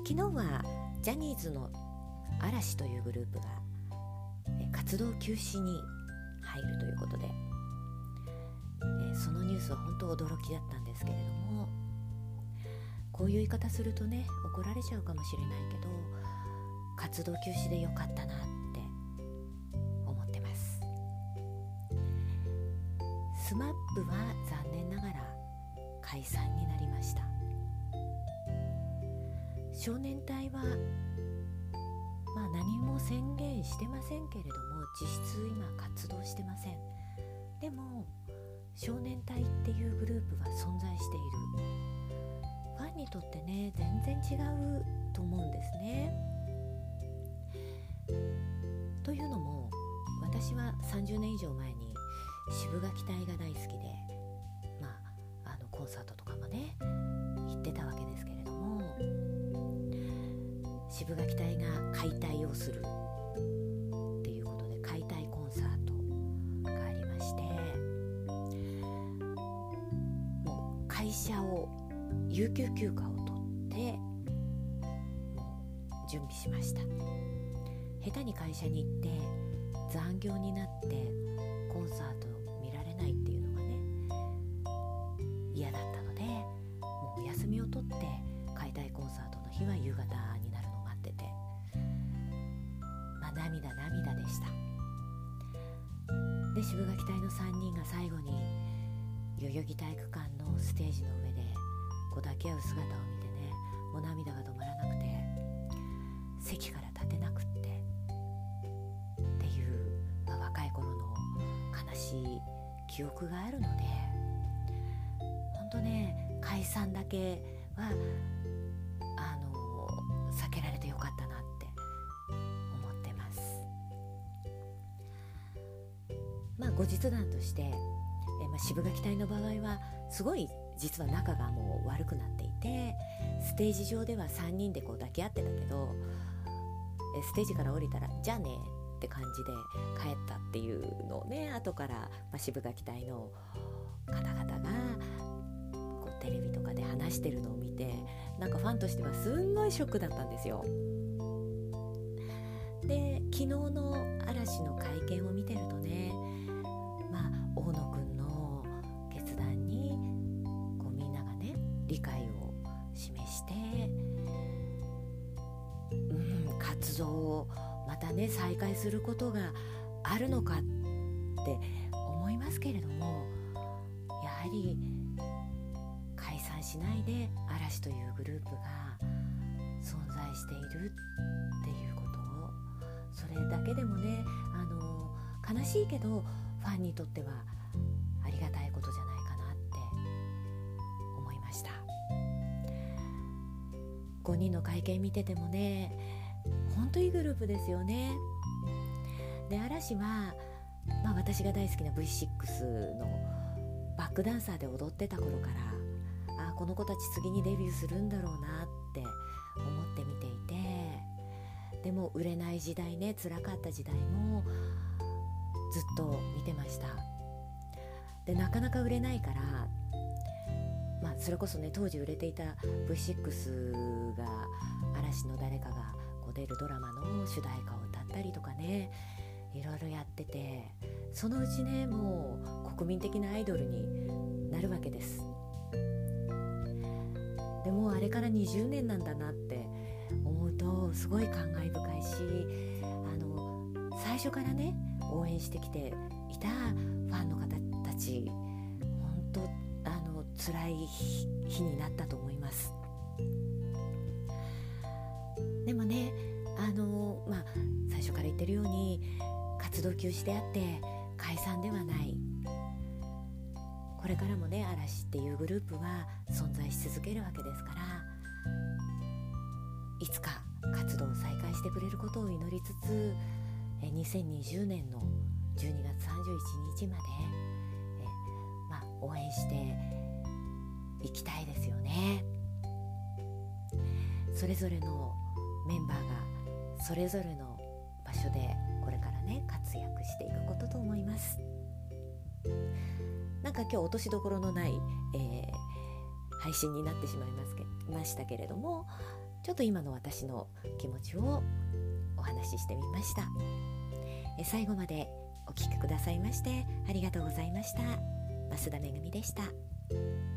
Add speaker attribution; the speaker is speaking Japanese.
Speaker 1: 昨日はジャニーズの嵐というグループが活動休止に入るということで、そのニュースは本当驚きだったんですけれども、こういう言い方するとね怒られちゃうかもしれないけど、活動休止でよかったなって思ってます。スマップは残念ながら解散になりました。少年隊は何も宣言してませんけれども、実質今活動してません。でも少年隊っていうグループは存在している。ファンにとってね全然違うと思うんですね。というのも、私は30年以上前にシブがき隊が大好きで、コンサートとかもね行ってたわけですけれども、シブがき隊が解体をするっていうことで解体コンサートがありまして、もう会社を有給休暇を取ってもう準備しました。下手に会社に行って残業になってコンサートを見られないっていうのがね嫌だったので、もうお休みを取って解体コンサートの日は夕方になるのを待ってて、涙でした。で、シブがき隊の3人が最後に代々木体育館のステージの上でこう抱き合う姿を見てね、もう涙が止まらなくて席から立てなくってっていう、若い頃の悲しい記憶があるので、本当ね解散だけは避けられてよかったなって思ってます。後日談として、シブがき隊の場合はすごい実は仲がもう悪くなっていて、ステージ上では3人でこう抱き合ってたけど、ステージから降りたらじゃあねって感じで帰ったっていうのをね、後から、シブがき隊の方々がこうテレビとかで話してるのを見て、なんかファンとしてはすんごいショックだったんですよ。で、昨日の嵐の会見を見てるとね、大野くんの決断にこうみんながね理解を示して、活動をまたね再開することがあるのかって思いますけれども、やはり解散しないで嵐というグループが存在しているっていうことを、それだけでもね悲しいけどファンにとってはありがたいことじゃないかなって思いました。5人の会見見ててもね、本当いいグループですよね。で、嵐は、私が大好きな V6 のバックダンサーで踊ってた頃から、この子たち次にデビューするんだろうなって思って見ていて、でも売れない時代ね、辛かった時代もずっと見てました。で、なかなか売れないから、それこそね当時売れていた V6 が嵐の誰かがこう出るドラマの主題歌を歌ったりとかね、いろいろやってて、そのうちねもう国民的なアイドルになるわけです。でもあれから20年なんだなって思うとすごい感慨深いし、最初からね応援してきていたファンの方たち、本当辛い日になったと思います。でもね最初から言ってるように活動休止であって解散ではない。これからもね嵐っていうグループは存在し続けるわけですから、いつか活動を再開してくれることを祈りつつ、2020年の12月31日まで、応援していきたいですよね。それぞれのメンバーがそれぞれの場所でこれからね活躍していくことと思います。なんか今日落としどころのない、配信になってしまいましたけれども、 ちょっと今の私の気持ちをお話ししてみました。最後までお聞きくださいましてありがとうございました。増田めぐみでした。